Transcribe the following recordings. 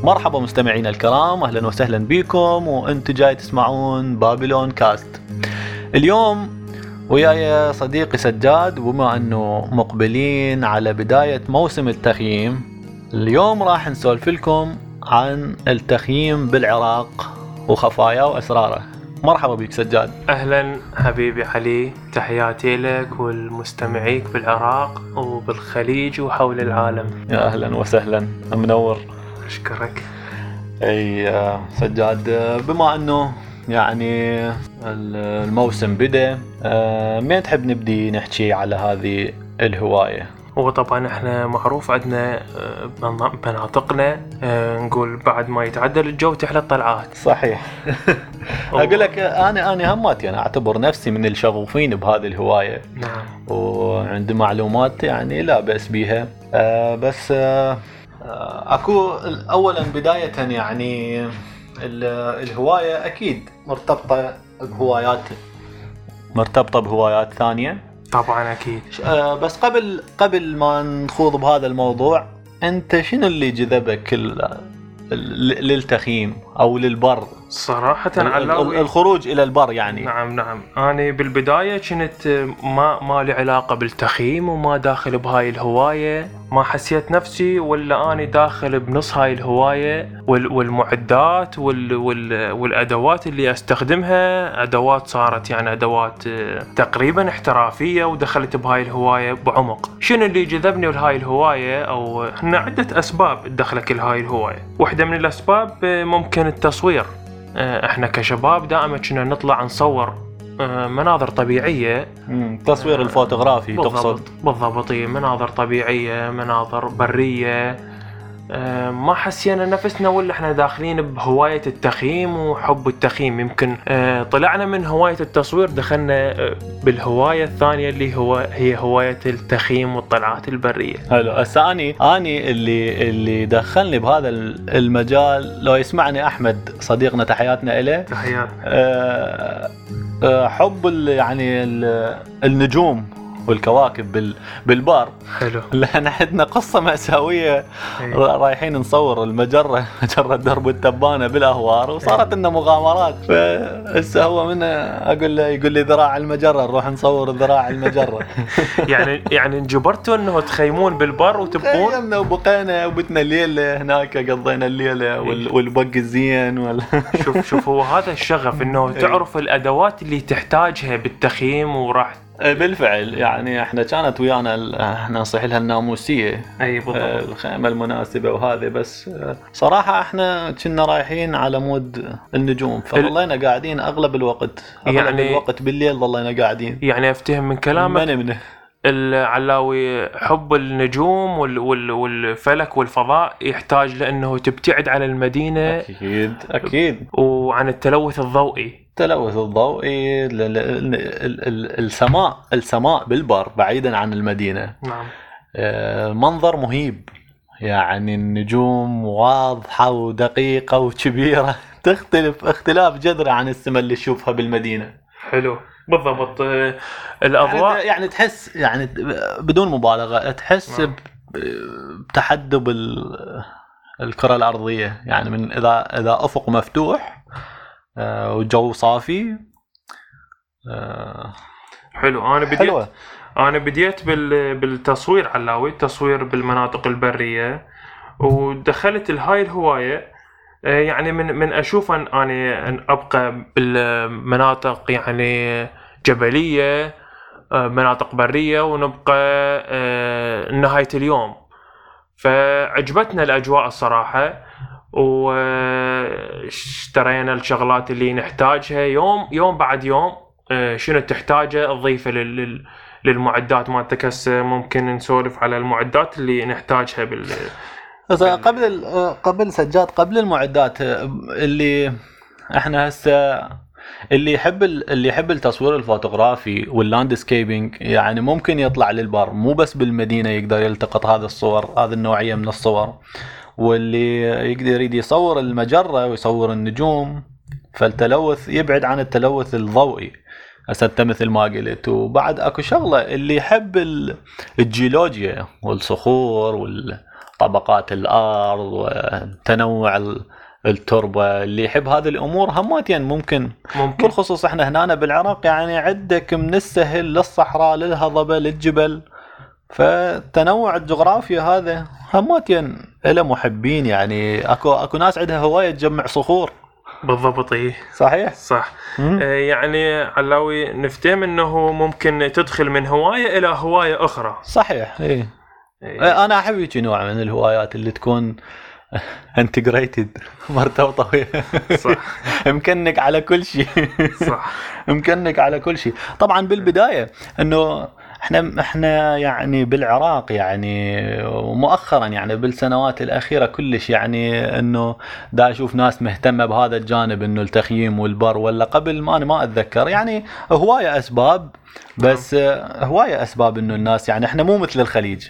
مرحبا مستمعينا الكرام، أهلا وسهلا بكم وأنتم جاي تسمعون بابلون كاست. اليوم وياي صديقي سجاد، وبما أنه مقبلين على بداية موسم التخييم، اليوم راح نسولف لكم عن التخييم بالعراق وخفاياه وأسراره. مرحبا بك سجاد. أهلا حبيبي علي، تحياتي لك والمستمعيك بالعراق وبالخليج وحول العالم. يا أهلا وسهلا، منور. أشكرك. أي سجاد، بما أنه يعني الموسم بدأ، مين تحب نبدي نحكي على هذه الهواية؟ وطبعا احنا معروف عندنا بناطقنا نقول بعد ما يتعدل الجو تحلى الطلعات. صحيح. اقول لك انا هماتي انا اعتبر نفسي من الشغوفين بهذه الهواية. نعم. وعندي معلومات يعني لا بأس بيها، بس اكو اولا بداية يعني الهواية اكيد مرتبطة بهوايات ثانية. طبعا اكيد. بس قبل ما نخوض بهذا الموضوع، انت شنو اللي جذبك للتخييم او للبر؟ صراحة علاوي الخروج الى البر يعني. نعم. أنا بالبداية كنت ما لي علاقة بالتخييم وما داخل بهاي الهواية، ما حسيت نفسي ولا أنا داخل بنص هاي الهواية، والمعدات والأدوات اللي أستخدمها أدوات صارت يعني أدوات تقريبا احترافية، ودخلت بهاي الهواية بعمق. شنو اللي جذبني لهاي الهواية؟ أو هن عدة أسباب تدخلك لهاي الهواية. واحدة من الأسباب ممكن التصوير. احنا كشباب دائما كنا نطلع نصور مناظر طبيعية، تصوير الفوتوغرافي تقصد؟ بالضبط، مناظر طبيعية، مناظر برية. ما حسينا نفسنا ولا احنا داخلين بهواية التخييم وحب التخييم. يمكن طلعنا من هواية التصوير، دخلنا بالهواية الثانية اللي هي هواية التخييم والطلعات البرية. حلو. هسه اني اللي دخلني بهذا المجال، لو يسمعني احمد صديقنا تحياتنا له، تحيات. حب يعني النجوم والكواكب بالبار. حلو. لأن عندنا قصة مأساوية، رايحين نصور مجرة درب التبانة بالأهوار، وصارت لنا مغامرات. فهسه هو من أقول له، يقول لي ذراع المجرة، نروح نصور ذراع المجرة. يعني انجبرتوا انه تخيمون بالبر وتبقون؟ خيمنا وبقينا وبتنا الليلة هناك، قضينا الليلة والبق الزين شوف هو هذا الشغف، انه تعرف الأدوات اللي تحتاجها بالتخييم وراح. بالفعل يعني احنا كانت ويانا، احنا نصيح لها الناموسية، اي بالضبط، الخيمة المناسبة وهذه. بس صراحة احنا كنا رايحين على مود النجوم، فظلينا قاعدين اغلب الوقت بالليل ظلينا قاعدين. يعني افتهم من كلامك العلاوي حب النجوم والفلك والفضاء يحتاج لأنه تبتعد عن المدينة. أكيد. وعن التلوث الضوئي. السماء بالبر بعيدا عن المدينة. نعم. منظر مهيب، يعني النجوم واضحة ودقيقة وكبيرة، تختلف اختلاف جذري عن السماء اللي تشوفها بالمدينة. حلو بالضبط. الأضواء يعني تحس، يعني بدون مبالغة تحس بتحدب الكرة الأرضية، يعني من إذا أفق مفتوح والجو صافي. حلو. أنا بديت بالتصوير علاوي، التصوير بالمناطق البرية، ودخلت هاي الهواية يعني من أشوف أن أبقى بالمناطق يعني جبلية، مناطق برية، ونبقى نهاية اليوم. فعجبتنا الأجواء الصراحة، واشترينا الشغلات اللي نحتاجها يوم بعد يوم. شنو تحتاجه تضيفه للمعدات مالتك. هسه ممكن نسولف على المعدات اللي نحتاجها قبل سجاد، قبل المعدات اللي احنا هسه اللي يحب التصوير الفوتوغرافي واللاندسكيبينج، يعني ممكن يطلع للبر، مو بس بالمدينة يقدر يلتقط هذه النوعية من الصور. واللي يقدر يريد يصور المجرة ويصور النجوم، فالتلوث يبعد عن التلوث الضوئي. هسه مثل ما قلت. وبعد اكو شغلة اللي يحب الجيولوجيا والصخور طبقات الارض وتنوع التربه. اللي يحب هذه الامور هماتين ممكن. بالخصوص احنا هنا بالعراق يعني عندك من السهل للصحراء للهضبه للجبل، فتنوع الجغرافيا هذا هماتين له محبين. يعني اكو ناس عندها هوايه تجمع صخور. بالضبط. صحيح صح. يعني علاوي نفتهم انه ممكن تدخل من هوايه الى هوايه اخرى. صحيح. انا احب هيك نوع من الهوايات اللي تكون انتجريتد، مرتبطه ويا. صح. مكنك على كل شيء. صح. مكنك على كل شيء. طبعا بالبدايه انه احنا يعني بالعراق يعني ومؤخرا يعني بالسنوات الاخيره كلش يعني انه دا اشوف ناس مهتمه بهذا الجانب، انه التخييم والبر. ولا قبل ما انا ما اتذكر يعني هوايه اسباب، بس هوايه اسباب انه الناس يعني احنا مو مثل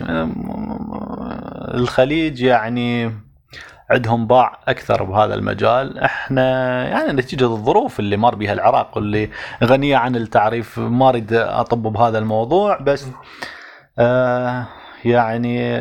الخليج يعني عندهم باع أكثر بهذا المجال. إحنا يعني نتيجة الظروف اللي مر بها العراق واللي غنية عن التعريف، ما أريد أطب بهذا الموضوع، بس يعني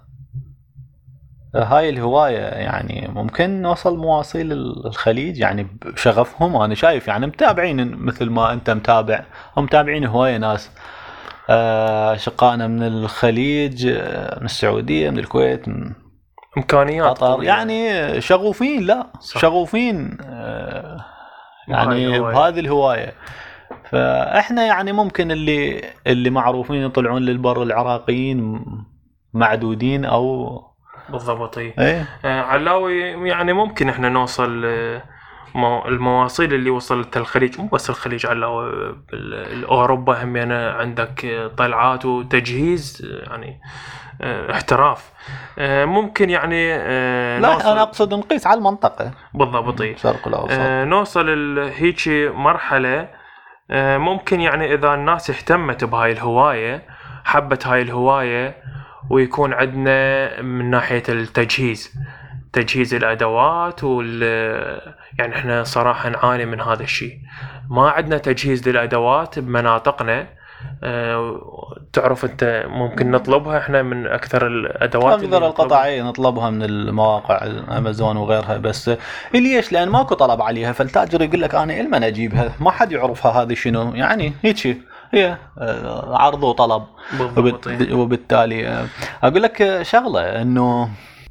هاي الهواية يعني ممكن نوصل مواصيل الخليج يعني بشغفهم. أنا شايف يعني متابعين مثل ما أنت متابع، هم متابعين هواية ناس شقائنا من الخليج، من السعودية، من الكويت، من إمكانيات قطر، يعني شغوفين. لا صح. شغوفين يعني بهذه الهواية. فإحنا يعني ممكن اللي معروفين يطلعون للبر العراقيين معدودين أو بالضبط. علاوي يعني ممكن إحنا نوصل المواصيل اللي وصلت الخليج، مو بس الخليج، علاوي أوروبا هم يعني عندك طلعات وتجهيز يعني احتراف. ممكن يعني لا أنا أقصد نقيس على المنطقة. بالضبط. شرق الأوسط. نوصل هيك مرحلة ممكن يعني إذا الناس اهتمت بهاي الهواية، حبت هاي الهواية، ويكون عندنا من ناحية تجهيز الأدوات يعني احنا صراحة نعاني من هذا الشيء، ما عندنا تجهيز للأدوات بمناطقنا. تعرف انت ممكن نطلبها احنا من اكثر الادوات، اكثر القطع نطلبها من المواقع امازون وغيرها، بس ليش؟ لان ماكو طلب عليها، فالتاجر يقول لك انا لمن اجيبها، ما حد يعرفها هذه شنو، يعني هيك هي عرض وطلب. وبالتالي اقول لك شغله، انه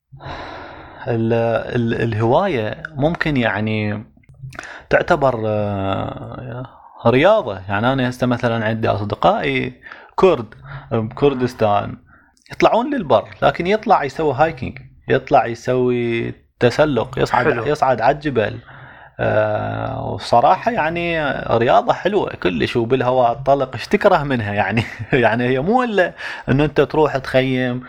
الهوايه ممكن يعني تعتبر رياضة. يعني أنا هسه مثلا عندي أصدقائي كرد بكردستان يطلعون للبر، لكن يطلع يسوي هايكينج، يطلع يسوي تسلق، يصعد على الجبل. وصراحة يعني رياضة حلوة كلش، وبالهواء الطلق ايش تكره منها يعني. يعني هي مو إلا أنه أنت تروح تخيم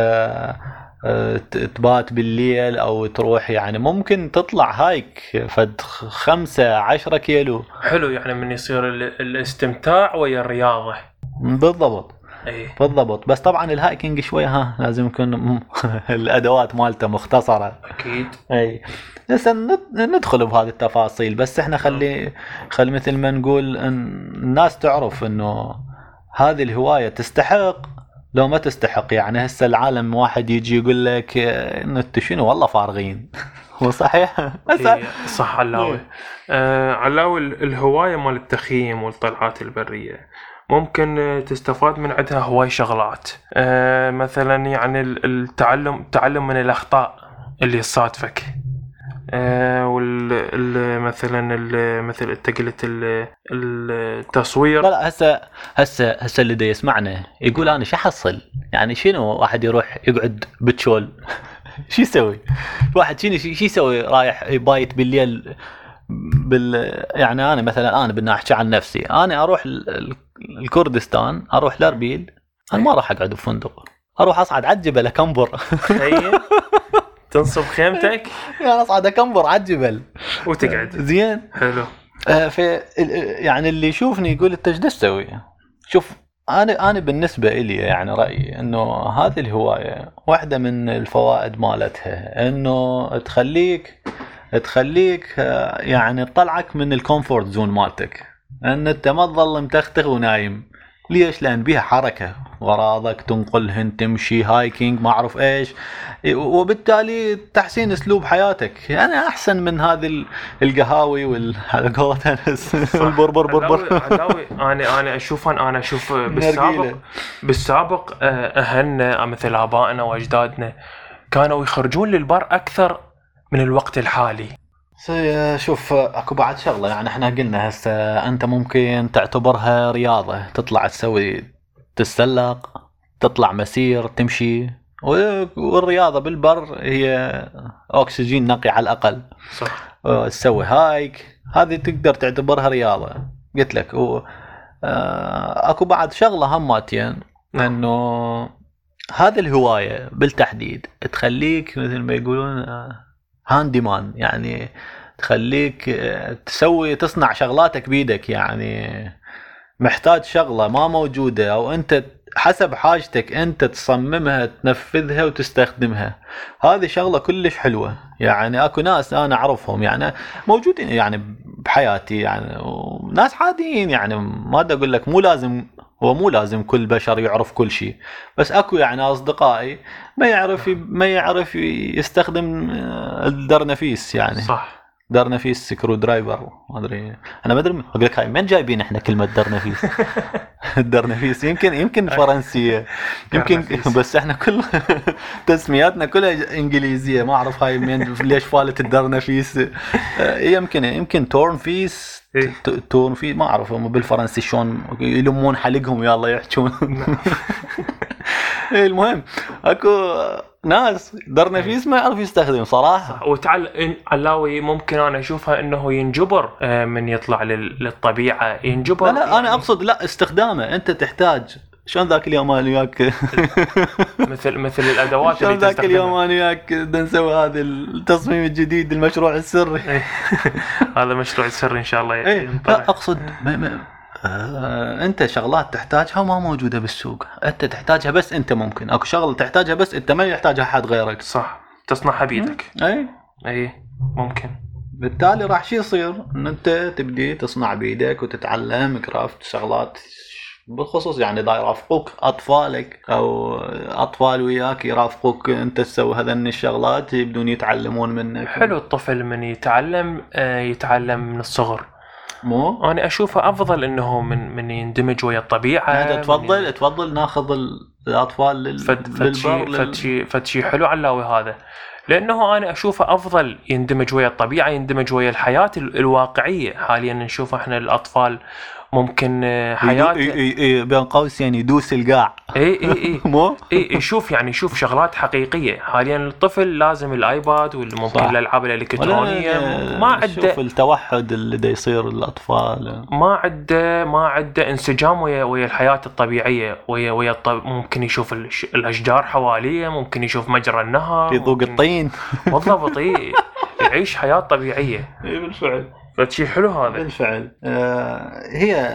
تبات بالليل، او تروح يعني ممكن تطلع هايك فد 5-10 كيلو. حلو، يعني من يصير الاستمتاع ويا الرياضة. بالضبط. بالضبط. بس طبعا الهايكينج شوية لازم يكون الادوات مالته مختصرة. اكيد. بس ندخل بهذه التفاصيل، بس احنا خلي مثل ما نقول الناس تعرف انه هذه الهواية تستحق لو ما تستحق. يعني هسه العالم واحد يجي يقول لك انت شنو والله فارغين. هو صحيح. صح علاوي. علاوي الهواية مال التخييم والطلعات البرية ممكن تستفاد من عندها هواي شغلات. مثلا يعني التعلم من الأخطاء اللي تصادفك. مثل انت قلت التصوير. لا هسه اللي دا يسمعنا يقول انا شو حصل، يعني شنو واحد يروح يقعد بتشول شو يسوي واحد، شنو شو يسوي رايح يبايت بالليل يعني انا مثلا بدنا احكي عن نفسي، انا اروح الكردستان، اروح لاربيل، انا ما راح اقعد بفندق، اروح اصعد على الجبل اكمبر. تنصب خيمتك يعني اصعد اكمبر على الجبل وتقعد. زين. حلو. يعني اللي يشوفني يقول انت ايش تسوي. شوف انا بالنسبه لي يعني رايي انه هذه الهوايه واحده من الفوائد مالتها انه تخليك يعني تطلعك من الكومفورت زون مالتك، ان انت ما تظل متختخ ونايم. ليش؟ لان بيها حركه، غراضك تنقلهن، تمشي هايكينج، ما اعرف ايش، وبالتالي تحسين اسلوب حياتك. يعني احسن من هذه القهاوي على قولتها البربر. علاوي انا اشوف بالسابق اهلنا مثل ابائنا واجدادنا كانوا يخرجون للبر اكثر من الوقت الحالي. شوف اكو بعد شغله، يعني احنا قلنا هسه انت ممكن تعتبرها رياضه، تطلع تسوي تتسلق، تطلع مسير، تمشي، والرياضه بالبر هي اكسجين نقي على الاقل. صح. تسوي هايك، هذه تقدر تعتبرها رياضه. قلت لك اكو بعد شغله هماتين، انه هذه الهوايه بالتحديد تخليك مثل ما يقولون هاندي مان، يعني تخليك تصنع شغلاتك بيدك. يعني محتاج شغلة ما موجودة، او انت حسب حاجتك انت تصممها، تنفذها وتستخدمها. هذه شغلة كلش حلوة. يعني اكو ناس انا اعرفهم يعني موجودين يعني بحياتي، يعني ناس عاديين، يعني ما دا اقول لك مو لازم كل بشر يعرف كل شيء، بس اكو يعني اصدقائي ما يعرف يستخدم الدرنفيس. يعني صح. درنفيس سكرو درايفر، ما ادري، انا ما ادري اقول لك هاي من جايبين احنا كلمه درنفيس. الدرنفيس يمكن فرنسيه، يمكن، بس احنا كل تسمياتنا كلها انجليزيه، ما اعرف هاي من ليش فالت الدرنفيس. يمكن تورنفيس، تورنفيس ما اعرف هم بالفرنسي شلون يلمون حلقهم يلا يحجون. المهم اكو ناس درنفيس ما يعرف يستخدم صراحه. علاوي ممكن انا اشوفها انه ينجبر من يطلع للطبيعه، ينجبر. لا انا اقصد لا استخدامه، انت تحتاج شلون ذاك اليوم انا وياك مثل الادوات اللي ذاك اليوم انا وياك بدنا نسوي هذا التصميم الجديد، المشروع السري. هذا مشروع السري ان شاء الله. لا اقصد انت شغلات تحتاجها وما موجوده بالسوق، انت تحتاجها بس انت، ممكن اكو شغله تحتاجها بس انت ما يحتاجها حد غيرك. صح، تصنعها بيدك. اي ممكن. بالتالي راح شي يصير ان انت تبدي تصنع بيدك وتتعلم كرافت شغلات، بالخصوص يعني اذا يرافقوك اطفالك او اطفال وياك يرافقوك انت تسوي هذين الشغلات يبدون يتعلمون منك. حلو الطفل من يتعلم من الصغر. مو انا اشوفه افضل انه من يندمج ويا الطبيعه. هذا تفضل ناخذ الاطفال للبر فتشي حلو علاوي هذا، لانه انا اشوفه افضل يندمج ويا الطبيعه، يندمج ويا الحياه الواقعيه. حاليا نشوف احنا الاطفال ممكن حياته بين قوسين يدوس القاع. مو يشوف شغلات حقيقيه. حاليا الطفل لازم الايباد وممكن الالعاب الالكترونيه، ما عنده التوحد اللي دا يصير الاطفال، ما عنده انسجام ويا الحياه الطبيعيه، ويا ممكن يشوف الاشجار حواليه، ممكن يشوف مجرى النهر، يذوق الطين. بالضبط. يعيش حياه طبيعيه. بالفعل. فشي حلو هذا بالفعل. هي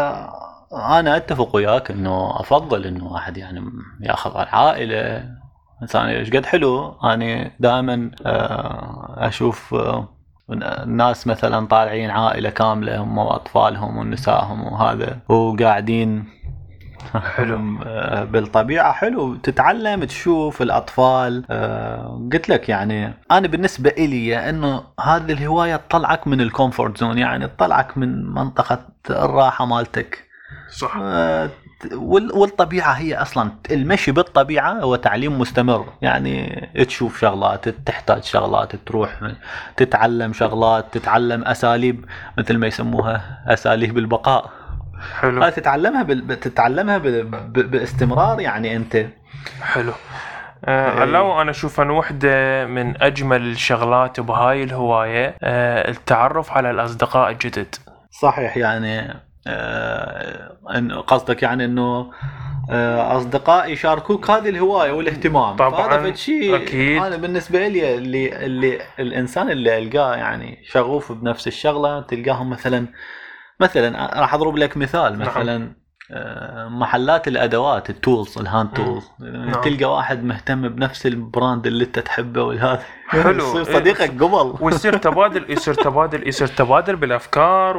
انا اتفق وياك انه افضل انه واحد يعني ياخذ العائله. مثلا ايش قد حلو، انا دائما اشوف الناس مثلا طالعين عائله كامله هم واطفالهم ونسائهم وهذا، وقاعدين حلو بالطبيعة. حلو تتعلم تشوف الأطفال. قلت لك يعني أنا بالنسبة إلي أنه هذه الهواية تطلعك من الكومفورت زون، يعني تطلعك من منطقة الراحة مالتك. صح. والطبيعة هي أصلا المشي بالطبيعة هو تعليم مستمر، يعني تشوف شغلات، تحتاج شغلات، تروح تتعلم شغلات، تتعلم أساليب مثل ما يسموها أساليب البقاء. حلو. تتعلمها باستمرار يعني أنت. حلو. علاوة أنا أشوف أن واحدة من أجمل الشغلات بهاي الهواية التعرف على الأصدقاء الجدد. صحيح. يعني قصدك يعني أنه أصدقاء يشاركوك هذه الهواية والاهتمام. طبعا. هذا شيء أكيد. أنا بالنسبة لي اللي الإنسان اللي ألقاه يعني شغوف بنفس الشغلة، تلقاهم مثلا راح أضرب لك مثال. مثلا محلات الأدوات، التولز، الهاند تولز. تلقى واحد مهتم بنفس البراند اللي انت تحبه والهذا حلو. يصير صديقك قبل، ويصير يصير تبادل بالافكار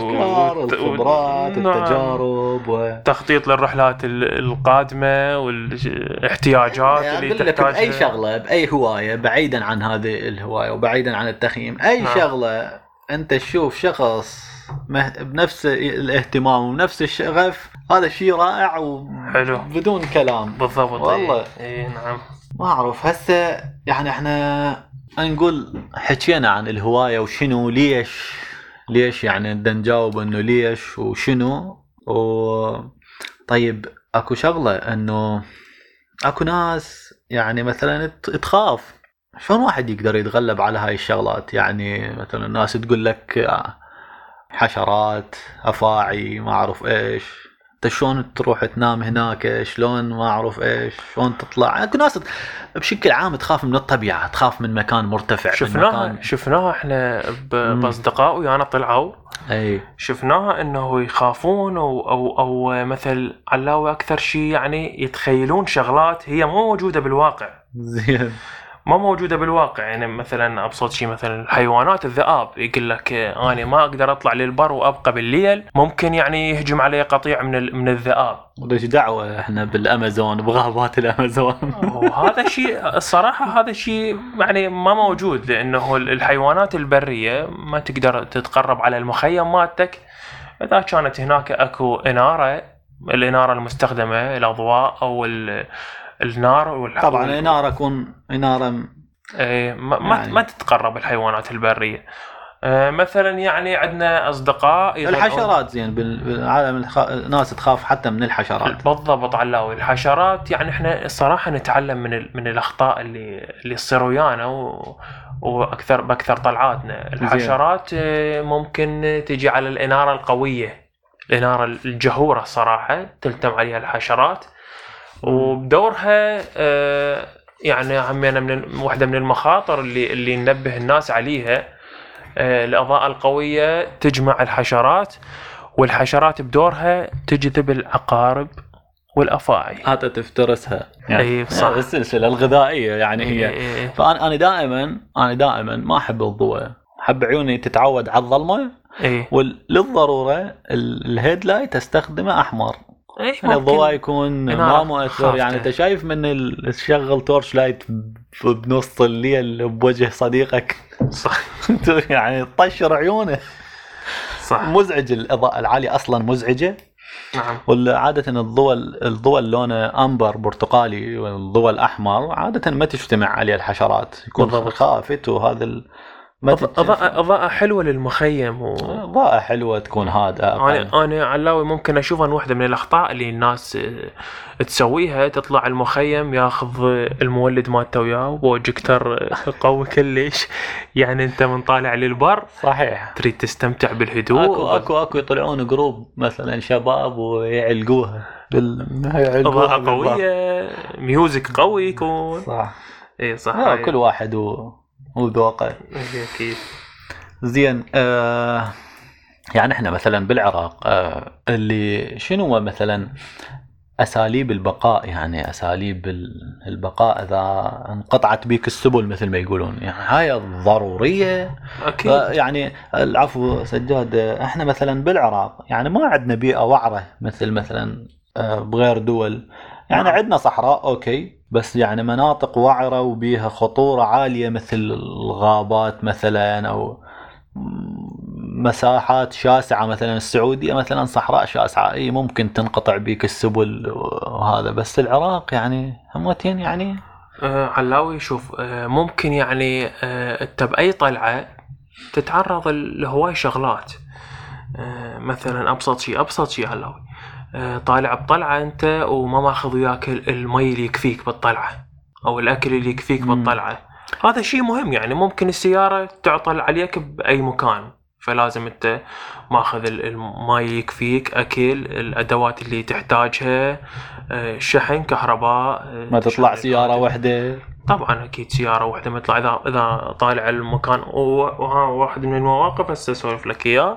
والخبرات التجارب تخطيط للرحلات القادمه والاحتياجات اللي تحتاجها باي شغله، باي هوايه بعيدا عن هذه الهوايه وبعيدا عن التخييم، اي شغله انت تشوف شخص بنفس الاهتمام ونفس الشغف، هذا شيء رائع حلو بدون كلام. بالضبط والله. اي نعم. ما اعرف هسه يعني احنا نقول حكينا عن الهوايه وشنو ليش يعني بدنا نجاوب انه ليش وشنو. طيب اكو شغله انه اكو ناس يعني مثلا تخاف، شلون واحد يقدر يتغلب على هاي الشغلات؟ يعني مثلا الناس تقول لك حشرات، افاعي، ما اعرف ايش، انت شلون تروح تنام هناك، شلون ما اعرف ايش، شلون تطلع. اكو ناس بشكل عام تخاف من الطبيعه، تخاف من مكان مرتفع. شفناها احنا باصدقاء ويانا طلعوا، اي شفناها انه يخافون او مثل علاوه اكثر شيء يعني يتخيلون شغلات هي مو موجوده بالواقع. زين، ما موجودة بالواقع. يعني مثلا أبسط شيء مثلا الحيوانات، الذئاب، يقول لك أنا ما أقدر أطلع للبر وأبقى بالليل، ممكن يعني يهجم علي قطيع من الذئاب. ليش دعوة إحنا بالأمازون، بغابات الأمازون. وهذا شيء الصراحة هذا شيء يعني ما موجود، لأنه الحيوانات البرية ما تقدر تتقرب على المخيم مالتك إذا كانت هناك أكو الإنارة المستخدمة، الأضواء أو النار. طبعا إنارة تكون إنارة ما تتقرب الحيوانات البرية. مثلا يعني عندنا أصدقاء الحشرات. زين بالعالم الناس تخاف حتى من الحشرات. بالضبط علاوي الحشرات. يعني احنا الصراحة نتعلم من الأخطاء اللي تصير ويانا وأكثر طلعاتنا. الحشرات ممكن تجي على الإنارة القوية، الإنارة الجهورة صراحة تلتم عليها الحشرات، وبدورها يعني عمينا واحدة من المخاطر اللي ننبه الناس عليها. الأضاءة القوية تجمع الحشرات، والحشرات بدورها تجذب العقارب والأفاعي، هذا تفترسها يعني. صح. السلسلة الغذائية يعني هي. فأنا دائما ما أحب الضوء، أحب عيوني تتعود على الظلمة. وللضرورة الهيد لايت استخدمه أحمر، يعني الضوء يكون ما مؤثر. يعني انت شايف من الشغل تورش لايت بنص الليل بوجه صديقك، صح. يعني طشر عيونه، صح. مزعج. الإضاءة العالية أصلا مزعجة. نعم. وعادة الضوء اللونه أمبر برتقالي والضوء الأحمر عادة ما تجتمع عليه الحشرات، يكون خافت. وهذا إضاءة حلوة للمخيم إضاءة حلوة تكون هادئة. أنا علاوي ممكن أشوفها واحدة من الأخطاء اللي الناس تسويها، تطلع المخيم ياخذ المولد مالته وياه وبروجيكتور قوي كلش، يعني أنت من طالع للبر صحيح تريد تستمتع بالهدوء. أكو يطلعون جروب مثلا شباب ويعلقوها إضاءة قوية، ميوزك قوي يكون. صح. إيه صح. كل واحد وذوقه. أكيد. زين. يعني احنا مثلا بالعراق اللي شنو مثلا أساليب البقاء، يعني أساليب البقاء إذا انقطعت بيك السبل مثل ما يقولون، يعني هاي ضرورية. أكيد. يعني العفو سجاد، احنا مثلا بالعراق يعني ما عندنا بيئة وعرة مثلا بغير دول. يعني عندنا صحراء أوكي، بس يعني مناطق وعرة وبيها خطورة عالية مثل الغابات مثلا، أو مساحات شاسعة مثلا السعودية مثلا صحراء شاسعة، أي ممكن تنقطع بيك السبل وهذا. بس العراق يعني همتين يعني. علاوي شوف، ممكن يعني انت بأي طلعة تتعرض لهواي شغلات. مثلا أبسط شيء علاوي، طالع بطلعة أنت وما ماخذ وياك المي اللي يكفيك بالطلعة أو الأكل اللي يكفيك بالطلعة. هذا شيء مهم. يعني ممكن السيارة تعطل عليك بأي مكان، فلازم أنت ماخذ المي يكفيك، أكل، الأدوات اللي تحتاجها، شحن، كهرباء. ما تطلع سيارة واحدة. طبعا أكيد سيارة واحدة ما تطلع إذا طالع المكان. واحد من المواقف هسه أسولف لك إياه،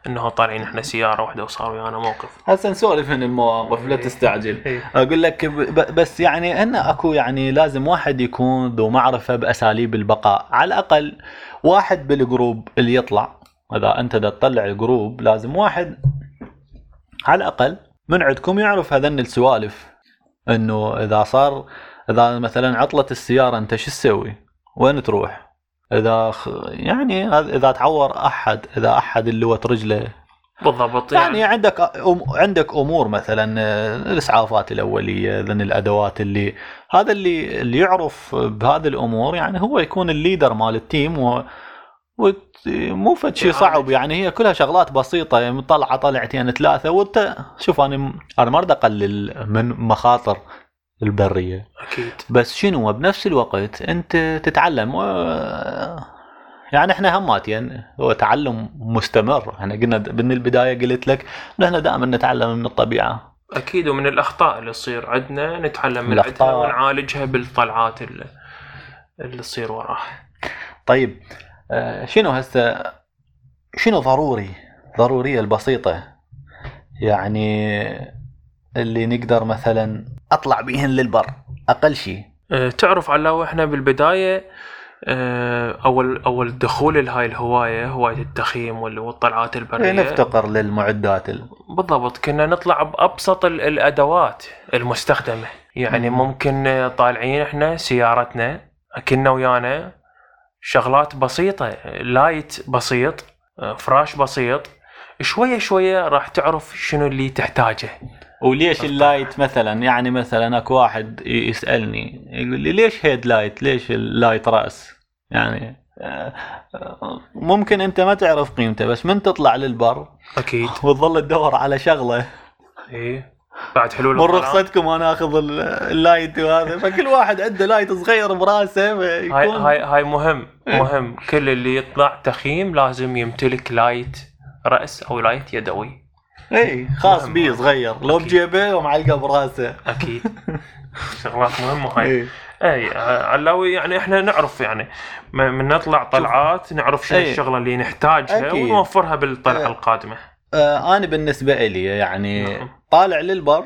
انه طالعين احنا سياره واحده وصار ويانا موقف. هسه نسولف من المواقف لا تستعجل. إيه. اقول لك بس يعني ان اكو يعني لازم واحد يكون ذو معرفه باساليب البقاء، على الاقل واحد بالجروب اللي يطلع. اذا انت دا تطلع الجروب لازم واحد على الاقل من عندكم يعرف هذن السوالف، انه اذا مثلا عطلت السياره انت شو تسوي؟ وين تروح؟ يعني اذا تعور احد، اذا احد اللي هو رجله بالضبط. يعني عندك امور مثلا الاسعافات الاوليه، ذن الادوات اللي يعرف بهذه الامور، يعني هو يكون الليدر مال التيم مو فد شيء صعب، يعني هي كلها شغلات بسيطه، يعني طلعتين ثلاثه. وانت شوف انا ما اريد اقلل من مخاطر البريه اكيد، بس شنو بنفس الوقت انت تتعلم. يعني احنا هماتين هو تعلم مستمر. احنا قلنا من البدايه، قلت لك نحن دائما نتعلم من الطبيعه اكيد، ومن الاخطاء اللي تصير عندنا نتعلم من عندها ونعالجها بالطلعات اللي تصير وراها. طيب شنو هسه شنو ضروريه البسيطه يعني اللي نقدر مثلا اطلع بيهن للبر اقل شيء؟ تعرف علاوي احنا بالبدايه اول دخول لهاي الهوايه، هوايه التخييم والطلعات البريه، نفتقر للمعدات بالضبط. كنا نطلع بابسط الادوات المستخدمه، يعني ممكن طالعين احنا سيارتنا كنا ويانا شغلات بسيطه، لايت بسيط، فراش بسيط، شويه شويه راح تعرف شنو اللي تحتاجه. وليش اللايت مثلا؟ يعني مثلا اكو واحد يسالني يقول لي ليش هيد لايت، ليش اللايت راس؟ يعني ممكن انت ما تعرف قيمته، بس من تطلع للبر اكيد وتظل تدور على شغله. ايه بعد حلول من رخصتكم انا اخذ اللايت وهذا، فكل واحد عنده لايت صغير براسه يكون هاي مهم. كل اللي يطلع تخييم لازم يمتلك لايت راس او لايت يدوي، اي خاص بيه صغير لو بجيبه ومعلقه براسه. اكيد شغلات مهمه هاي. اي علاوي يعني احنا نعرف، يعني من نطلع طلعات نعرف شنو الشغله اللي نحتاجها ونوفرها بالطلعه القادمه. انا بالنسبه لي يعني طالع للبر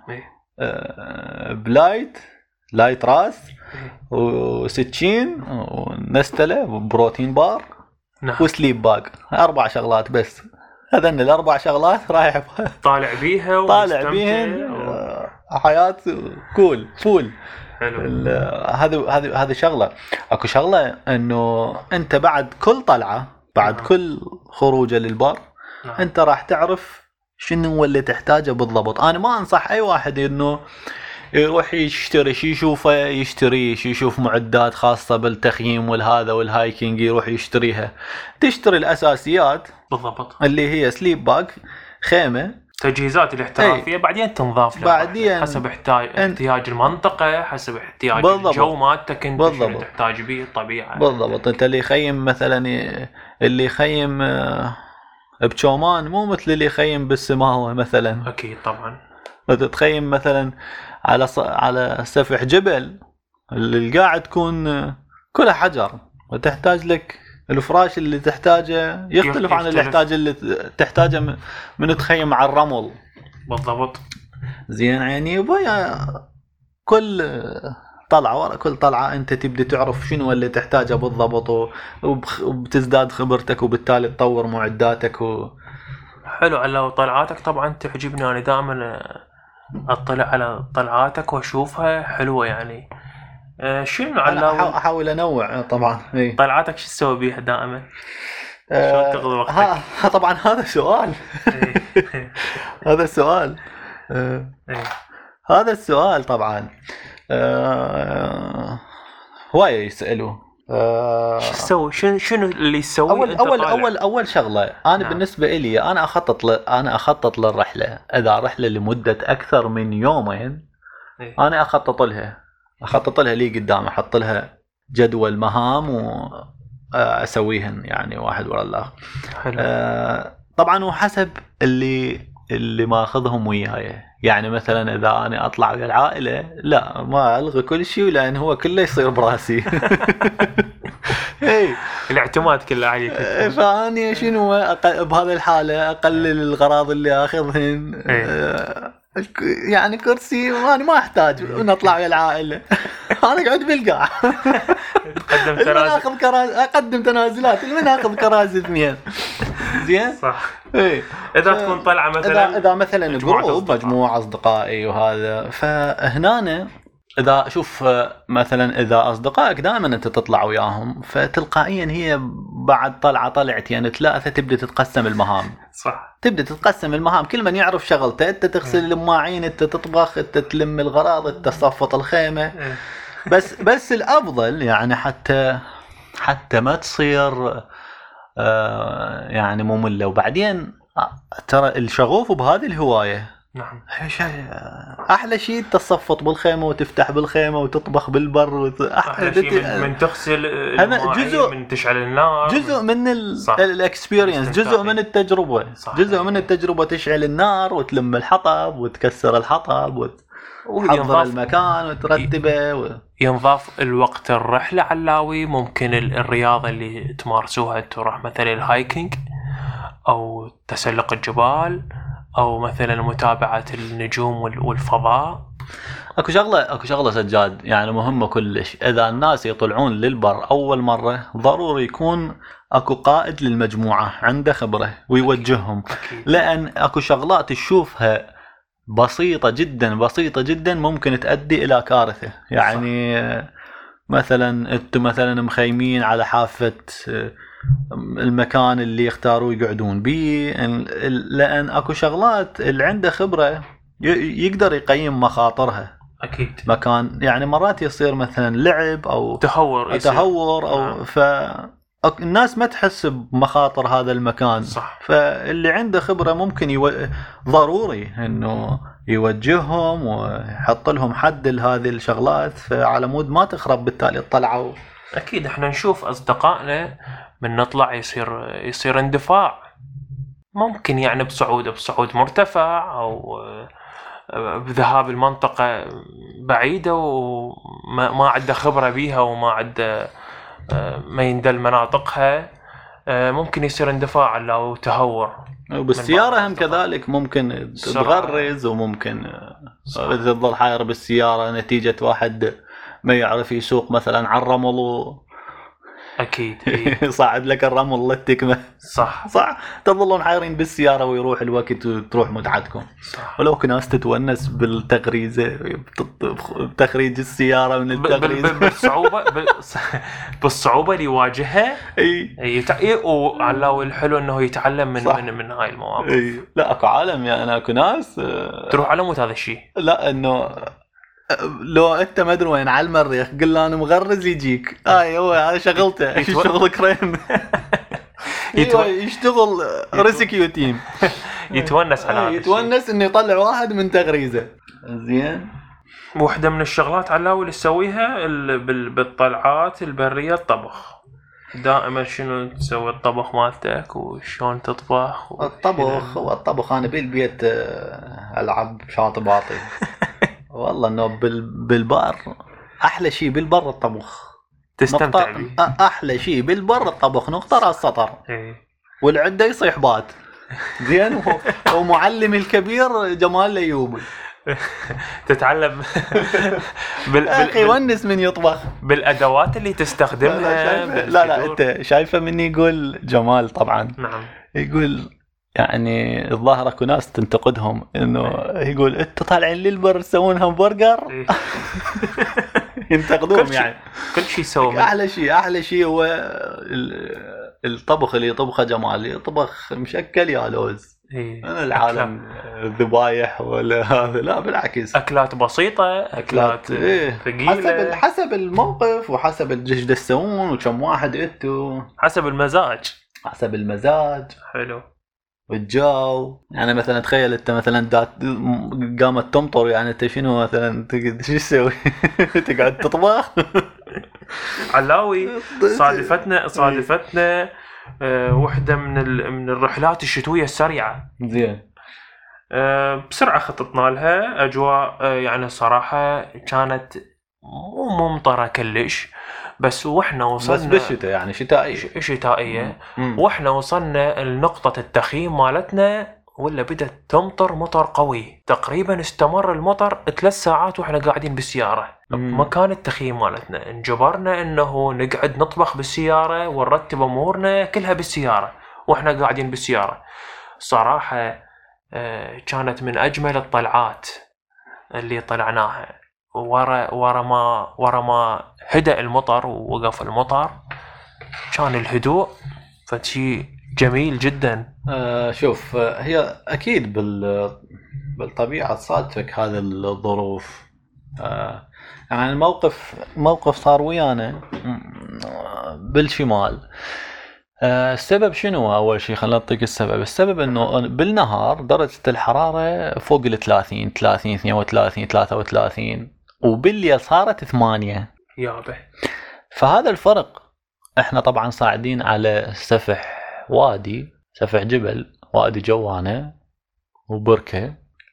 لايت راس وسكين ونستله بروتين بار وسليب باك، 4 شغلات بس. هذن ال4 شغلات رايح طالع بيها طالع بيهن حياة كول فول. حلو. هذه شغله. اكو شغله انه انت بعد كل طلعه، بعد كل خروجه للبر، انت راح تعرف شنو هو اللي تحتاجه بالضبط. انا ما انصح اي واحد انه يروح يشتري شي يشوفه، يشوف معدات خاصه بالتخييم والهذا والهايكينج يروح يشتريها. تشتري الاساسيات بالضبط اللي هي سليب باك، خيمه، تجهيزات الاحترافيه، بعدين تنضاف بعدين حسب احتياج المنطقه، حسب احتياج الجو مالتك انت شنو تحتاج به الطبيعه. بالضبط. انت اللي يخيم مثلا، اللي يخيم بشومان مو مثل اللي يخيم بالسماوه مثلا. اكيد طبعا. تخيم مثلا على سفح جبل، القاعد تكون كلها حجر، وتحتاج لك الفراش اللي تحتاجه يختلف عن اللي تحتاجه من تخيم على الرمل. بالضبط. زين يعني كل طلعة ورا كل طلعة انت تبدي تعرف شنو اللي تحتاجه بالضبط، وبتزداد خبرتك، وبالتالي تطور معداتك حلو. على طلعاتك طبعا تعجبني، انا دائما اطلع على طلعاتك واشوفها حلوة يعني. شنو علاوي احاول انوع طبعا. طلعاتك شو تسوي بيها دائما؟ شلون تقضي وقتك؟ طبعا هذا سؤال. هذا السؤال هذا السؤال طبعا هواية يسألوا شو تسوي؟ شنو اللي يسوي؟ اول شغله انا بالنسبه لي انا اخطط للرحله. اذا رحله لمده اكثر من يومين انا اخطط لها لي قدام، احط لها جدول مهام واسويهن يعني واحد ورا الاخر. طبعا وحسب اللي ماخذهم وياي. يعني مثلا اذا انا اطلع ويا العائله لا ما الغي كل شيء، لان هو كله يصير براسي. اي الاعتماد كله عليك. فاني شنو بهذه الحاله اقلل الغراض اللي اخذهن. يعني كرسي وانا ما احتاج ونطلع ويا العائله. انا اقعد بالقاع. اقدم تنازلات من اخذ كراسي اثنين. زين صح. اي اذا تكون طلعه مثلا، اذا مثلا جروب مجموعه اصدقائي وهذا، فهنا اذا شوف مثلا اذا اصدقائك دائما انت تطلع وياهم، فتلقائيا هي بعد طلعه طلعتين ثلاثه تبدا تتقسم المهام. صح. تبدا تتقسم المهام، كل من يعرف شغلته. انت تغسل الماعين، انت تطبخ، انت تلم الغراض، انت تصفط الخيمه. بس الافضل يعني حتى ما تصير يعني ممله. وبعدين ترى الشغوف بهذه الهوايه، نعم، احلى شيء تصفط بالخيمه وتفتح بالخيمه وتطبخ بالبر. احلى شيء من تغسل المواعين، من تشعل النار، جزء من الاكسبيرينس، جزء من التجربه. صح. جزء من التجربه تشعل النار وتلم الحطب وتكسر الحطب وتحضر المكان وترتبه ينضاف الوقت الرحله علاوي. ممكن الرياضه اللي تمارسوها، تروح مثلا الهايكينج او تسلق الجبال او مثلا متابعه النجوم والفضاء. اكو شغله سجاد يعني مهمه كلش. اذا الناس يطلعون للبر اول مره، ضروري يكون اكو قائد للمجموعه عنده خبره ويوجههم. أكيد. لان اكو شغلات تشوفها بسيطه جدا ممكن تؤدي الى كارثه. يعني مثلا انتم مثلا مخيمين على حافه المكان اللي يختاروا يقعدون به، لان اكو شغلات اللي عنده خبره يقدر يقيم مخاطرها. اكيد. مكان يعني مرات يصير مثلا لعب او تهور او الناس ما تحس بمخاطر هذا المكان. صح. فاللي عنده خبره ممكن ضروري انه يوجههم ويحط لهم حد لهذه الشغلات، فعلى مود ما تخرب بالتالي الطلعه. اكيد احنا نشوف اصدقائنا من نطلع يصير اندفاع، ممكن يعني بصعود مرتفع او بذهاب المنطقة بعيدة وما عنده خبرة بيها وما عنده ما يندل مناطقها، ممكن يصير اندفاع أو تهور. وبالسيارة هم كذلك ممكن تتغرز، وممكن تظل حاير بالسيارة نتيجة واحد ما يعرف يسوق مثلا على الرمل أكيد. صاعد لك الرمل للتكمة. صح. تظلون حايرين بالسيارة ويروح الوقت وتروح متعتكم. صح. ولو كناس تتونس بالتغريزة، بتخريج السيارة من التغريزة، بالصعوبة اللي يواجهها. وعلاوي الحلو انه يتعلم من هاي المواقف. لا اكو عالم يعني اكو ناس تروح على مود هذا الشيء. لا انه لو انت ما ادري وين على المريخ قل له انا مغرز يجيك. هو هذا شغلته. شغل كريم. يشتغل ريسكيو تيم. يتونس على هذا الشيء. يتونس انه يطلع واحد من تغريزه. زين. واحدة من الشغلات علاوي اللي تسويها بالطلعات البرية الطبخ. دائما شنو تسوي الطبخ مالتك وشون تطبخ الطبخ انا بالبيت العب شاطئ باطي. والله انه بالبر احلى شيء بالبر الطبخ. تستمتع به. احلى شيء بالبر الطبخ. نقطه راس سطر. والعده يصيح بات. زين. ومعلمي الكبير جمال الايوبي. تتعلم اخي ونس من يطبخ بالادوات اللي تستخدمها. لا انت شايفه مني يقول جمال طبعا. نعم. يقول يعني الظاهر اكو ناس تنتقدهم انه يقول انتوا طالعين للبر تسوون همبرجر. ينتقدوهم يعني كل شيء يسوون. احلى شيء هو الطبخ اللي يطبخه جمال. يطبخ مشكل يا لوز. انا العالم ذبايح ولا هذا، لا بالعكس اكلات بسيطه، اكلات ثقيله حسب الموقف وحسب الجيش تسوون وكم واحد انتوا، حسب المزاج. حلو. والجو يعني مثلا تخيل انت مثلا قامت تمطر، يعني انت شنو مثلا شو تسوي؟ تقعد تطبخ. علاوي صادفتنا وحده من الرحلات الشتويه السريعه. زين. بسرعه خططنا لها. اجواء يعني صراحه كانت مو ممطره كلش، بس واحنا وصلنا بس بالشتاء يعني شتائية. شتائية. واحنا وصلنا لنقطة التخييم مالتنا ولا بدأت تمطر مطر قوي، تقريبا استمر المطر 3 ساعات واحنا قاعدين بالسيارة بمكان التخييم مالتنا. انجبرنا انه نقعد نطبخ بالسيارة ونرتب امورنا كلها بالسيارة واحنا قاعدين بالسيارة. صراحة كانت من اجمل الطلعات اللي طلعناها. ورا ما هدأ المطر ووقف المطر كان الهدوء فشي جميل جدا. شوف، هي اكيد بالطبيعه تصادفك هذه الظروف. يعني موقف صار ويانا بالشمال. السبب شنو؟ اول شيء خلينا نعطيك السبب انه بالنهار درجه الحراره فوق ال 30 32 33 وبالليل صارت 8 يابا. فهذا الفرق. احنا طبعا صاعدين على سفح سفح جبل وادي جوانه وبركه.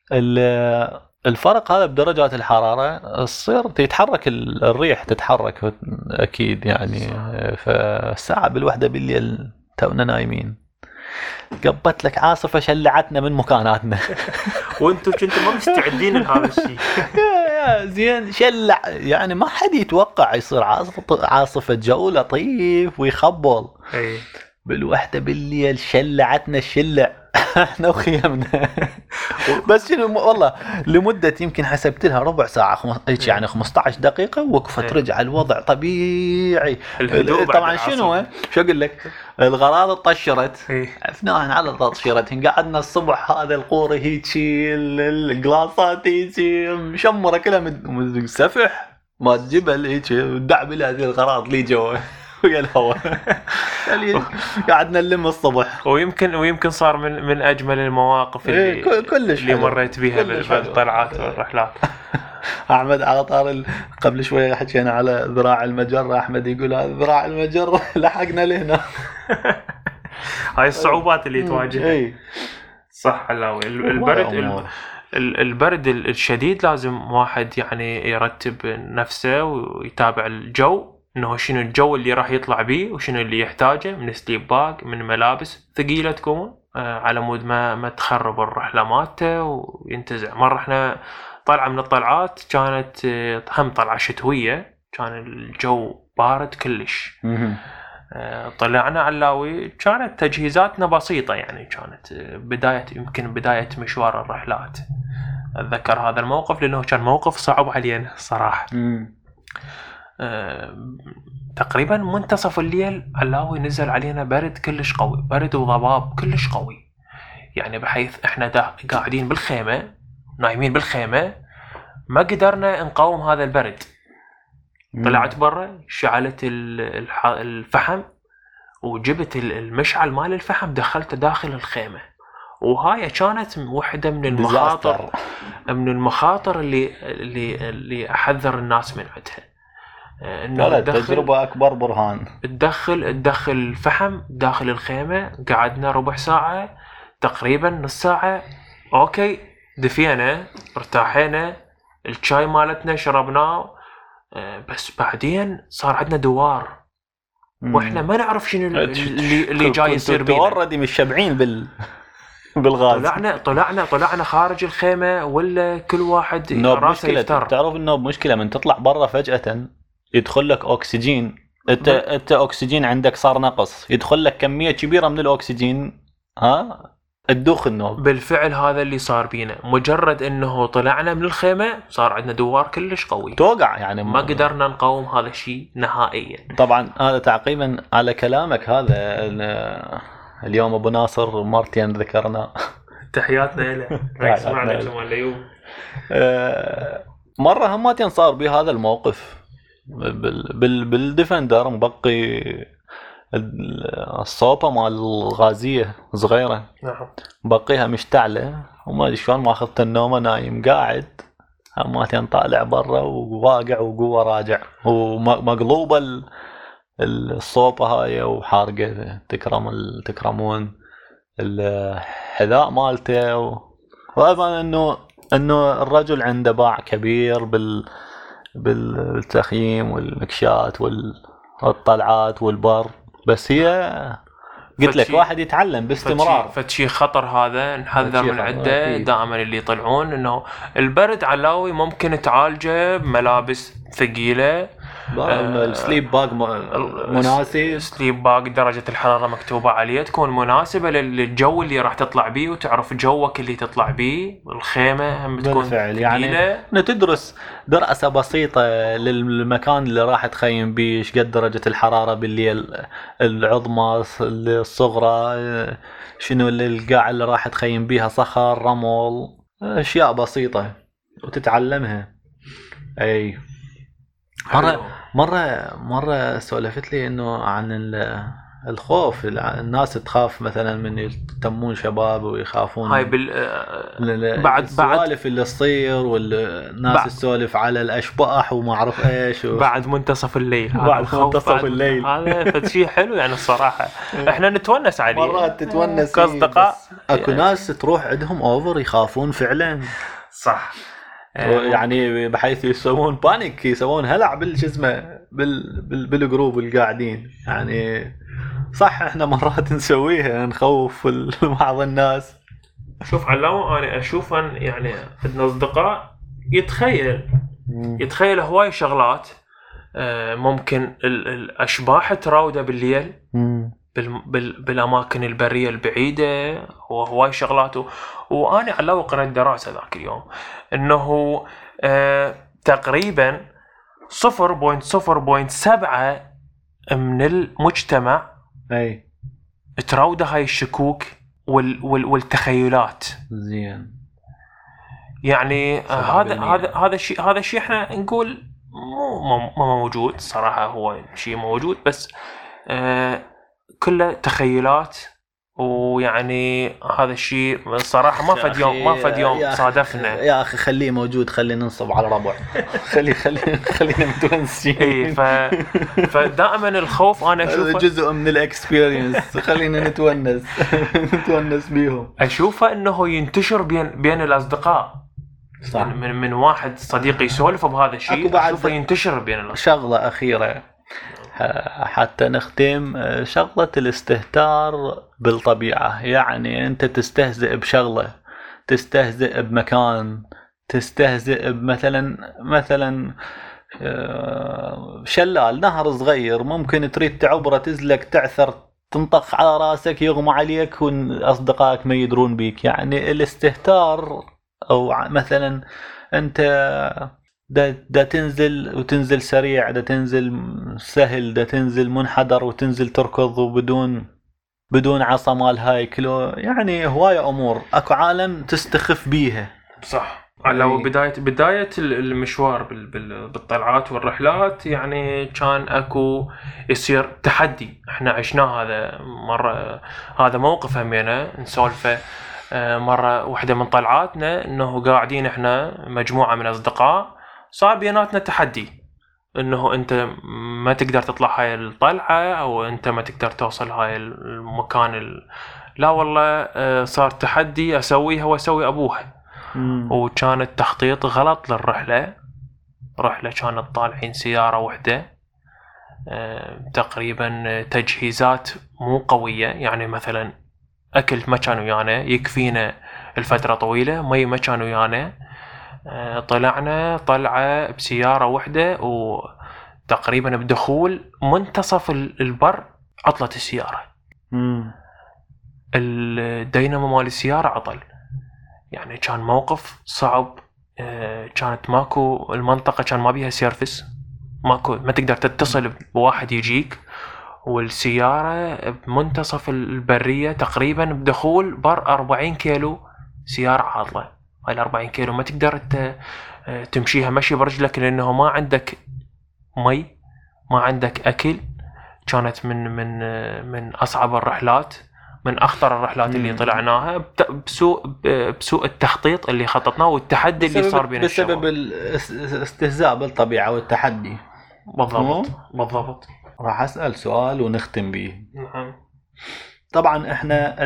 الفرق هذا بدرجات الحراره تصير تتحرك الريح تتحرك اكيد يعني. فالساعه بالوحده بالليل تونا نايمين قبت لك عاصفه شلعتنا من مكاناتنا. وانتم كنتوا ما مستعدين لهذا الشيء. يا زين شلع يعني ما حد يتوقع يصير عاصفه جو لطيف ويخبل. بالوحده بالليل شلعتنا الشلع احنا وخيمنا. بس شنو والله لمده يمكن حسبت لها ربع ساعه يعني 15 دقيقه وقفت رجع الوضع طبيعي. طبعا شنو شو اقول لك الغراض طشرت عفناها على تطشيرتهن. قعدنا الصبح هذا القوره هيجي القلاصات هيجي مشمره كلها من سفح ما الجبل هيجي دعبل هذه الغراض لي جوا ويا الهواء. قعدنا نلم الصبح. ويمكن صار من اجمل المواقف اللي مريت بيها بالطلعات والرحلات. احمد على طار قبل شويه حكينا على ذراع المجره. احمد يقول هذا ذراع المجره لحقنا لهنا. هاي الصعوبات اللي تواجهها. صح علاوي. البرد الشديد لازم واحد يعني يرتب نفسه ويتابع الجو انه شنو الجو اللي راح يطلع بيه وشنو اللي يحتاجه من سليب باك من ملابس ثقيله تكون على مود ما تخرب الرحله مالته وينتزع. مره احنا طلعه من الطلعات كانت هم طلعه شتويه كان الجو بارد كلش. طلعنا علاوي كانت تجهيزاتنا بسيطه يعني كانت بدايه مشوار الرحلات. اتذكر هذا الموقف لانه كان موقف صعب علينا صراحه. تقريبا منتصف الليل علاوي نزل علينا برد كلش قوي، برد وضباب كلش قوي يعني بحيث احنا قاعدين بالخيمة نايمين بالخيمة ما قدرنا نقاوم هذا البرد. طلعت برا شعلت الفحم وجبت المشعل مال الفحم دخلته داخل الخيمة. وهاي كانت واحدة من المخاطر اللي احذر الناس من عندها. لا تجربة أكبر برهان. تدخل الفحم داخل الخيمة. قعدنا ربع ساعة تقريبا نص ساعة أوكي دفينا ارتاحينا الشاي مالتنا شربناه. بس بعدين صار عندنا دوار وإحنا ما نعرف شنو اللي جاي يصير بينا. دوار مش شبعين بالغاز. طلعنا خارج الخيمة ولا كل واحد راسه يفتر. تعرف إنه مشكلة من تطلع برا فجأة يدخل لك أكسجين. أنت أكسجين عندك صار نقص يدخل لك كمية كبيرة من الأكسجين تدوخ النوم. بالفعل هذا اللي صار بينا. مجرد إنه طلعنا من الخيمة صار عندنا دوار كلش قوي توقع يعني ما قدرنا نقاوم هذا الشيء نهائيا. طبعا هذا تعقيبا على كلامك هذا اليوم أبو ناصر مرتين ذكرنا. تحياتنا له اسمعنا كمان اليوم. مرة هماتين صار بهذا الموقف بالديفندر مبقي الصوبة مال الغازية صغيرة. نعم. بقيها مشتعلة وما ادري شلون ما اخذت النومة نايم قاعد هماتين طالع برا وواقع وقوة راجع ومقلوبة الصوبة هاي وحارقة تكرمون الحذاء مالته وأيضا انه الرجل عنده باع كبير بالتخييم والمكشات الطلعات والبر. بس هي قلت لك واحد يتعلم باستمرار. فتشي خطر هذا نحذر من عده دائما اللي يطلعون، انه البرد علاوي ممكن تعالجه بملابس ثقيله، السليب باج مناسب، سليب باج درجة الحرارة مكتوبة عليه تكون مناسبة للجو اللي راح تطلع بيه، وتعرف جوك اللي تطلع بيه. الخيمة هم تكون بالفعل يعني ندرس دراسة بسيطة للمكان اللي راح تخيم بيه، ايش قد درجة الحرارة بالليل، العظمى الصغرى، شنو القاع اللي راح تخيم بيها، صخر، رمل، اشياء بسيطة وتتعلمها. اي مرة سولفت لي انه عن الخوف، الناس تخاف مثلا من يتمون شباب ويخافون هاي بعد السوالف اللي تصير، والناس تسولف على الاشباح وما اعرف ايش بعد منتصف الليل. بعد منتصف الليل هذا شيء حلو يعني الصراحة. احنا نتونس عليه مرات تتونس كاصدقاء. اكو ناس تروح عندهم اوفر يخافون فعلا. صح يعني بحيث يسوون بانيك، يسوون هلع بالجروب القاعدين يعني. صح احنا مرات نسويها، نخوف بعض الناس. شوف علاوة انا اشوف يعني عندنا اصدقاء يتخيل هواي شغلات. ممكن الاشباح تراوده بالليل بالاماكن البريه البعيده، وهواي شغلاته. وانا علاوة قرأت دراسه ذاك اليوم انه تقريبا 0.7 من المجتمع تراوده هاي الشكوك والتخيلات. زين يعني هذا الشيء احنا نقول مو موجود صراحه، هو شيء موجود بس كله تخيلات. ويعني هذا الشيء صراحه ما فد يوم صادفنا. يا اخي خليه موجود، خلينا ننصب على ربع، خلينا متونسين. فدائما الخوف انا اشوفه جزء من الاكسبيرينس، خلينا نتونس بيهم. اشوفه انه ينتشر بين الاصدقاء. صح. من واحد صديقي يسولف بهذا الشيء اشوفه ينتشر بين الاصدقاء. شغله اخيره حتى نختم، شغلة الاستهتار بالطبيعة. يعني أنت تستهزئ بشغلة، تستهزئ بمكان، تستهزئ مثلا شلال، نهر صغير ممكن تريد تعبره، تزلك، تعثر، تنطخ على راسك، يغمى عليك وأصدقائك ما يدرون بيك. يعني الاستهتار، أو مثلا أنت دا تنزل وتنزل سريع، دا تنزل سهل، دا تنزل منحدر وتنزل تركض بدون عصا مال هاي كيلو. يعني هواية أمور أكو عالم تستخف بيها. صح. لو بداية المشوار بالطلعات والرحلات يعني كان أكو يصير تحدي. احنا عشناه هذا مرة، هذا موقف همينا نسولفه. مرة واحدة من طلعاتنا انه قاعدين احنا مجموعة من اصدقاء، صار بيناتنا تحدي انه انت ما تقدر تطلع هاي الطلعة، او انت ما تقدر توصل هاي المكان لا والله صار تحدي اسويها واسوي ابوها. وكان التخطيط غلط للرحلة. رحلة كانت طالعين سيارة واحدة، تقريبا تجهيزات مو قوية. يعني مثلا اكل ما كان ويانا يكفينا الفترة طويلة، مي ما كان ويانا. طلعنا طلعة بسيارة واحدة، وتقريبا بدخول منتصف البر عطلت السيارة. الدينامو مال السيارة عطل. يعني كان موقف صعب. كانت ماكو المنطقة كان ما بيها سيرفس، ماكو، ما تقدر تتصل بواحد يجيك، والسيارة بمنتصف البرية تقريبا بدخول بر 40 كيلو سيارة عاطلة. هاي 40 كيلو ما تقدر تمشيها مشي برجلك، لأنه ما عندك مي، ما عندك أكل. كانت من أصعب الرحلات، من أخطر الرحلات اللي طلعناها بسوء التخطيط اللي خططناه والتحدي اللي صار بين الشباب بسبب الاستهزاء بالطبيعة والتحدي. بالضبط. راح أسأل سؤال ونختم به. نعم. طبعا احنا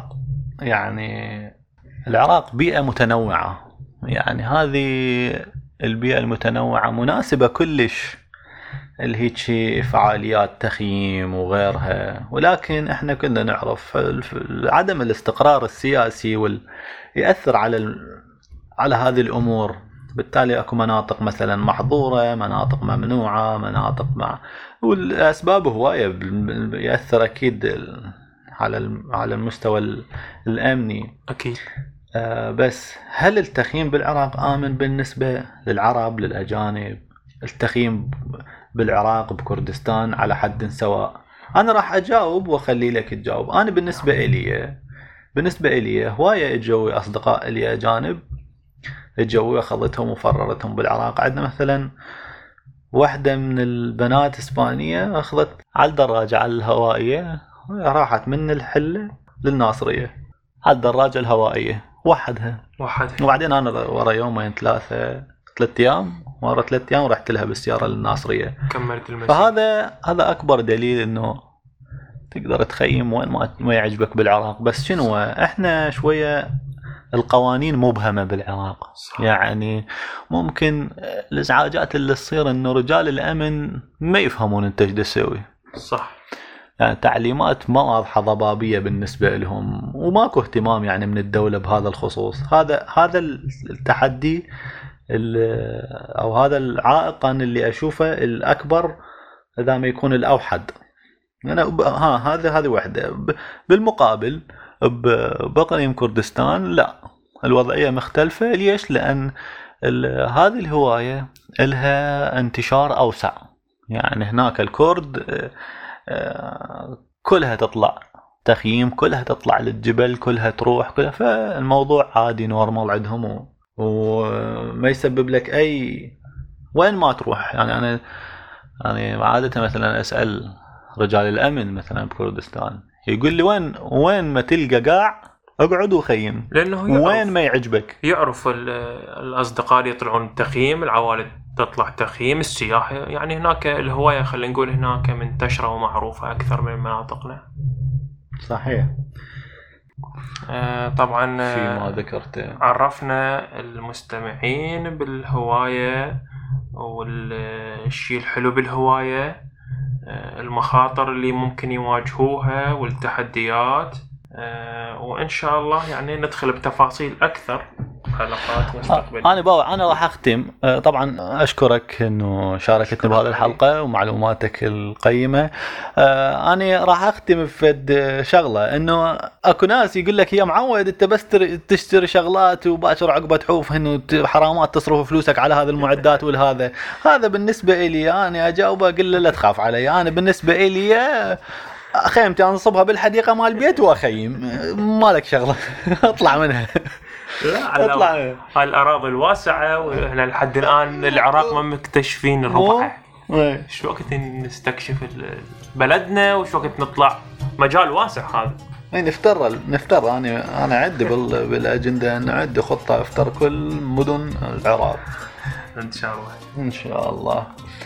العراق بيئة متنوعة. يعني هذه البيئة المتنوعة مناسبة كلش الهيجي فعاليات تخييم وغيرها. ولكن احنا كنا نعرف عدم الاستقرار السياسي يأثر على هذه الأمور. بالتالي اكو مناطق مثلا محظورة، مناطق ممنوعة، مناطق والأسباب هواية يأثر أكيد على المستوى الأمني أكيد. بس هل التخييم بالعراق آمن بالنسبة للعرب للأجانب؟ التخييم بالعراق بكردستان على حد سواء؟ أنا راح أجاوب وأخلي لك تجاوب. أنا بالنسبة إلي هواية اجوا أصدقاء لي أجانب اجوا أخذتهم وفررتهم بالعراق. عندنا مثلا واحدة من البنات إسبانية أخذت على الدراجة على الهوائية، راحت من الحلة للناصرية على الدراجة الهوائية وحدها. وبعدين أنا ورا يومين ثلاثة أيام ورا 3 أيام رحت لها بالسيارة للناصرية كملت المسير. فهذا أكبر دليل إنه تقدر تخيم وين ما يعجبك بالعراق. بس شنو إحنا شوية القوانين مبهمة بالعراق. صح. يعني ممكن الإزعاجات اللي تصير إنه رجال الأمن ما يفهمون أنت إيش تسوي. صح. يعني تعليمات ما واضحة ضبابية بالنسبة لهم وماكو اهتمام يعني من الدولة بهذا الخصوص. هذا التحدي أو هذا العائق اللي أشوفه الأكبر إذا ما يكون الأوحد. هذه واحدة. بالمقابل بإقليم كردستان لا، الوضعية مختلفة. ليش؟ لأن هذه الهواية لها انتشار أوسع. يعني هناك الكرد كلها تطلع تخييم، كلها تطلع للجبل، كلها تروح كلها. فالموضوع عادي نورمال عندهم وما يسبب لك أي وين ما تروح. يعني أنا عادة مثلا أسأل رجال الأمن مثلا بكردستان يقول لي وين ما تلقى قاع اقعد وخيم، لأنه وين ما يعجبك. يعرف الأصدقاء يطلعون التخييم، العوائل تطلع تخييم، السياح. يعني هناك الهواية خلينا نقول هناك منتشرة ومعروفة أكثر من مناطقنا. صحيح. طبعا فيما ذكرته عرفنا المستمعين بالهواية والشيء الحلو بالهواية، المخاطر اللي ممكن يواجهوها والتحديات، وإن شاء الله يعني ندخل بتفاصيل أكثر حلقات مستقبلية. أنا راح أختم. طبعا أشكرك إنه شاركتني بهذه الحلقة ومعلوماتك القيمة. أنا راح أختم في شغلة، إنه أكو ناس يقول لك يا معود أنت بس تشتري شغلات وباشر عقبة تحوف إنه حرامات تصرف فلوسك على هذه المعدات هذا بالنسبة إلي أنا أجاوبه أقول له لا تخاف علي. أنا بالنسبة إلي خيمتي أنصبها بالحديقة مال البيت وأخيم، مالك شغلة اطلع منها. لا هاي الأراضي الواسعة، وإحنا لحد الآن العراق ما مكتشفين الربع. شو وقت نستكشف بلدنا وشو وقت نطلع مجال واسع هذا. نفتر أنا عندي بالأجندة أن عندي خطة أفتر كل مدن العراق إن شاء الله.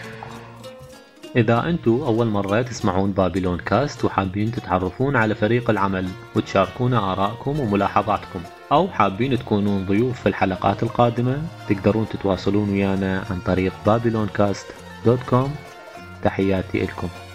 إذا أنتوا أول مرة تسمعون بابلون كاست وحابين تتعرفون على فريق العمل وتشاركون آراءكم وملاحظاتكم، أو حابين تكونون ضيوف في الحلقات القادمة، تقدرون تتواصلون ويانا عن طريق babyloncast.com. تحياتي لكم.